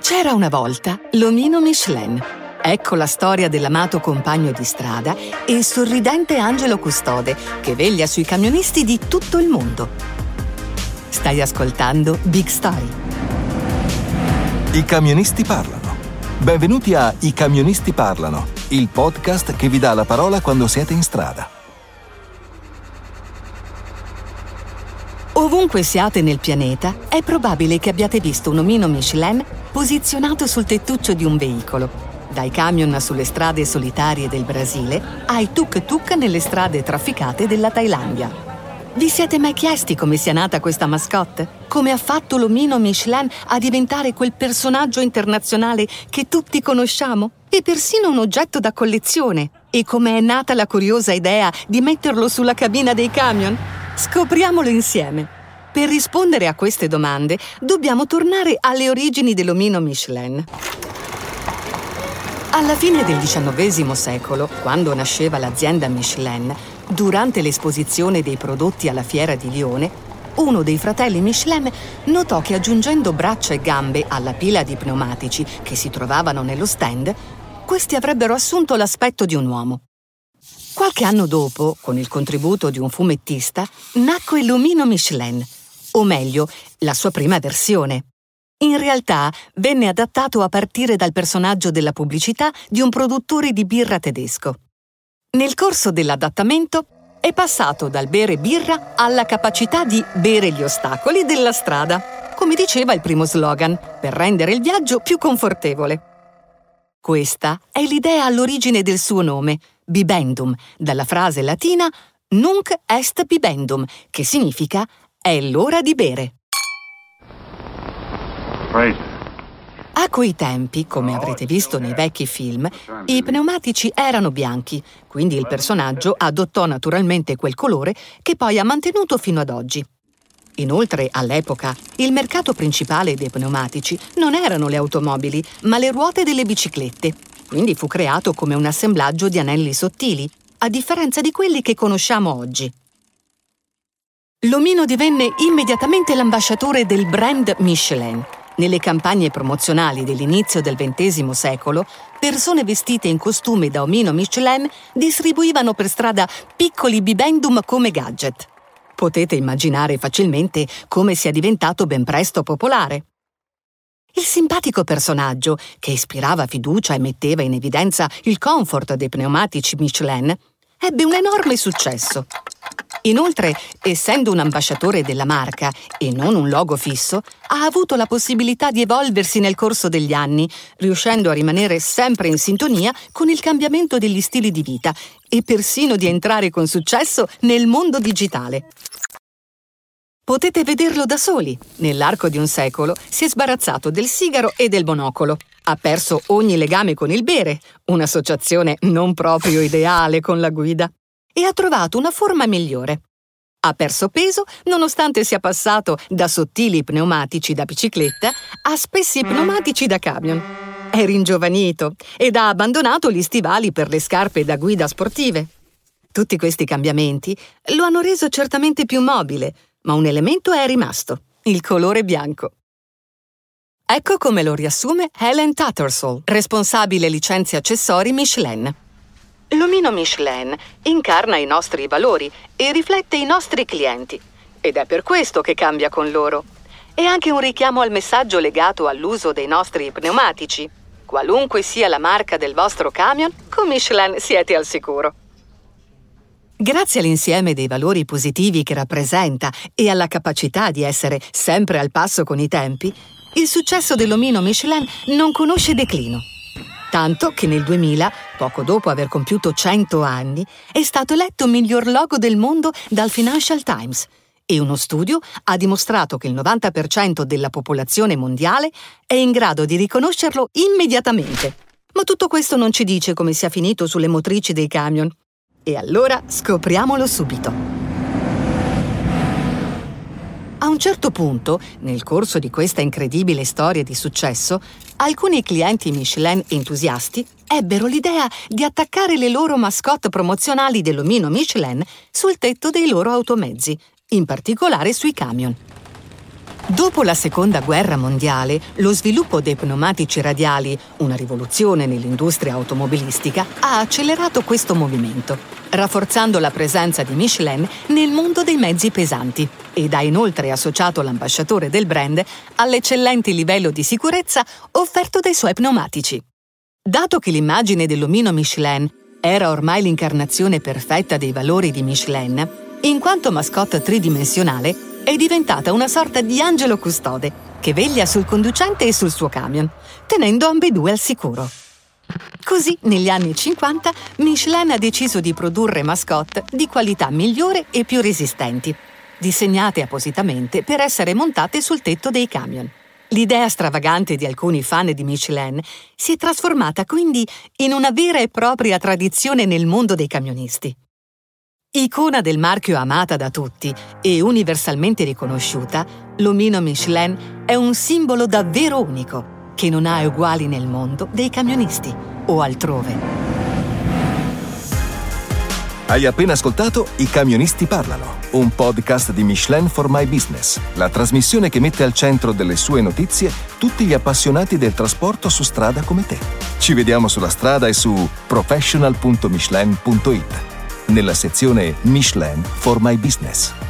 C'era una volta l'omino Michelin. Ecco la storia dell'amato compagno di strada e il sorridente angelo custode che veglia sui camionisti di tutto il mondo. Stai ascoltando Big Story. I camionisti parlano. Benvenuti a I camionisti parlano, il podcast che vi dà la parola quando siete in strada. Ovunque siate nel pianeta, è probabile che abbiate visto un omino Michelin posizionato sul tettuccio di un veicolo, dai camion sulle strade solitarie del Brasile ai tuk-tuk nelle strade trafficate della Thailandia. Vi siete mai chiesti come sia nata questa mascotte? Come ha fatto l'omino Michelin a diventare quel personaggio internazionale che tutti conosciamo? E persino un oggetto da collezione? E come è nata la curiosa idea di metterlo sulla cabina dei camion? Scopriamolo insieme. Per rispondere a queste domande dobbiamo tornare alle origini dell'omino Michelin. Alla fine del XIX secolo, quando nasceva l'azienda Michelin, durante l'esposizione dei prodotti alla Fiera di Lione, uno dei fratelli Michelin notò che aggiungendo braccia e gambe alla pila di pneumatici che si trovavano nello stand, questi avrebbero assunto l'aspetto di un uomo. Qualche anno dopo, con il contributo di un fumettista, nacque l'omino Michelin, o meglio, la sua prima versione. In realtà venne adattato a partire dal personaggio della pubblicità di un produttore di birra tedesco. Nel corso dell'adattamento è passato dal bere birra alla capacità di bere gli ostacoli della strada, come diceva il primo slogan, per rendere il viaggio più confortevole. Questa è l'idea all'origine del suo nome, bibendum, dalla frase latina nunc est bibendum, che significa è l'ora di bere. A quei tempi, come avrete visto nei vecchi film, i pneumatici erano bianchi, quindi il personaggio adottò naturalmente quel colore che poi ha mantenuto fino ad oggi. Inoltre, all'epoca, il mercato principale dei pneumatici non erano le automobili, ma le ruote delle biciclette, quindi fu creato come un assemblaggio di anelli sottili, a differenza di quelli che conosciamo oggi. L'omino divenne immediatamente l'ambasciatore del brand Michelin. Nelle campagne promozionali dell'inizio del XX secolo, persone vestite in costume da omino Michelin distribuivano per strada piccoli bibendum come gadget. Potete immaginare facilmente come sia diventato ben presto popolare. Il simpatico personaggio, che ispirava fiducia e metteva in evidenza il comfort dei pneumatici Michelin, ebbe un enorme successo. Inoltre, essendo un ambasciatore della marca e non un logo fisso, ha avuto la possibilità di evolversi nel corso degli anni, riuscendo a rimanere sempre in sintonia con il cambiamento degli stili di vita e persino di entrare con successo nel mondo digitale. Potete vederlo da soli. Nell'arco di un secolo si è sbarazzato del sigaro e del monocolo. Ha perso ogni legame con il bere, un'associazione non proprio ideale con la guida, e ha trovato una forma migliore. Ha perso peso nonostante sia passato da sottili pneumatici da bicicletta a spessi pneumatici da camion. È ringiovanito ed ha abbandonato gli stivali per le scarpe da guida sportive. Tutti questi cambiamenti lo hanno reso certamente più mobile, ma un elemento è rimasto, il colore bianco. Ecco come lo riassume Helen Tattersall, responsabile licenze accessori Michelin. L'omino Michelin incarna i nostri valori e riflette i nostri clienti, ed è per questo che cambia con loro. È anche un richiamo al messaggio legato all'uso dei nostri pneumatici. Qualunque sia la marca del vostro camion, con Michelin siete al sicuro. Grazie all'insieme dei valori positivi che rappresenta e alla capacità di essere sempre al passo con i tempi, il successo dell'omino Michelin non conosce declino. Tanto che nel 2000, poco dopo aver compiuto 100 anni, è stato eletto miglior logo del mondo dal Financial Times e uno studio ha dimostrato che il 90% della popolazione mondiale è in grado di riconoscerlo immediatamente. Ma tutto questo non ci dice come sia finito sulle motrici dei camion. E allora scopriamolo subito. A un certo punto, nel corso di questa incredibile storia di successo, alcuni clienti Michelin entusiasti ebbero l'idea di attaccare le loro mascotte promozionali dell'omino Michelin sul tetto dei loro automezzi, in particolare sui camion. Dopo la Seconda Guerra Mondiale, lo sviluppo dei pneumatici radiali, una rivoluzione nell'industria automobilistica, ha accelerato questo movimento, rafforzando la presenza di Michelin nel mondo dei mezzi pesanti ed ha inoltre associato l'ambasciatore del brand all'eccellente livello di sicurezza offerto dai suoi pneumatici. Dato che l'immagine dell'omino Michelin era ormai l'incarnazione perfetta dei valori di Michelin, in quanto mascotte tridimensionale, è diventata una sorta di angelo custode che veglia sul conducente e sul suo camion, tenendo ambedue al sicuro. Così, negli anni 50, Michelin ha deciso di produrre mascotte di qualità migliore e più resistenti, disegnate appositamente per essere montate sul tetto dei camion. L'idea stravagante di alcuni fan di Michelin si è trasformata quindi in una vera e propria tradizione nel mondo dei camionisti. Icona del marchio amata da tutti e universalmente riconosciuta, l'omino Michelin è un simbolo davvero unico, che non ha uguali nel mondo dei camionisti o altrove. Hai appena ascoltato I Camionisti Parlano, un podcast di Michelin for My Business, la trasmissione che mette al centro delle sue notizie tutti gli appassionati del trasporto su strada come te. Ci vediamo sulla strada e su professional.michelin.it. nella sezione Michelin for My Business.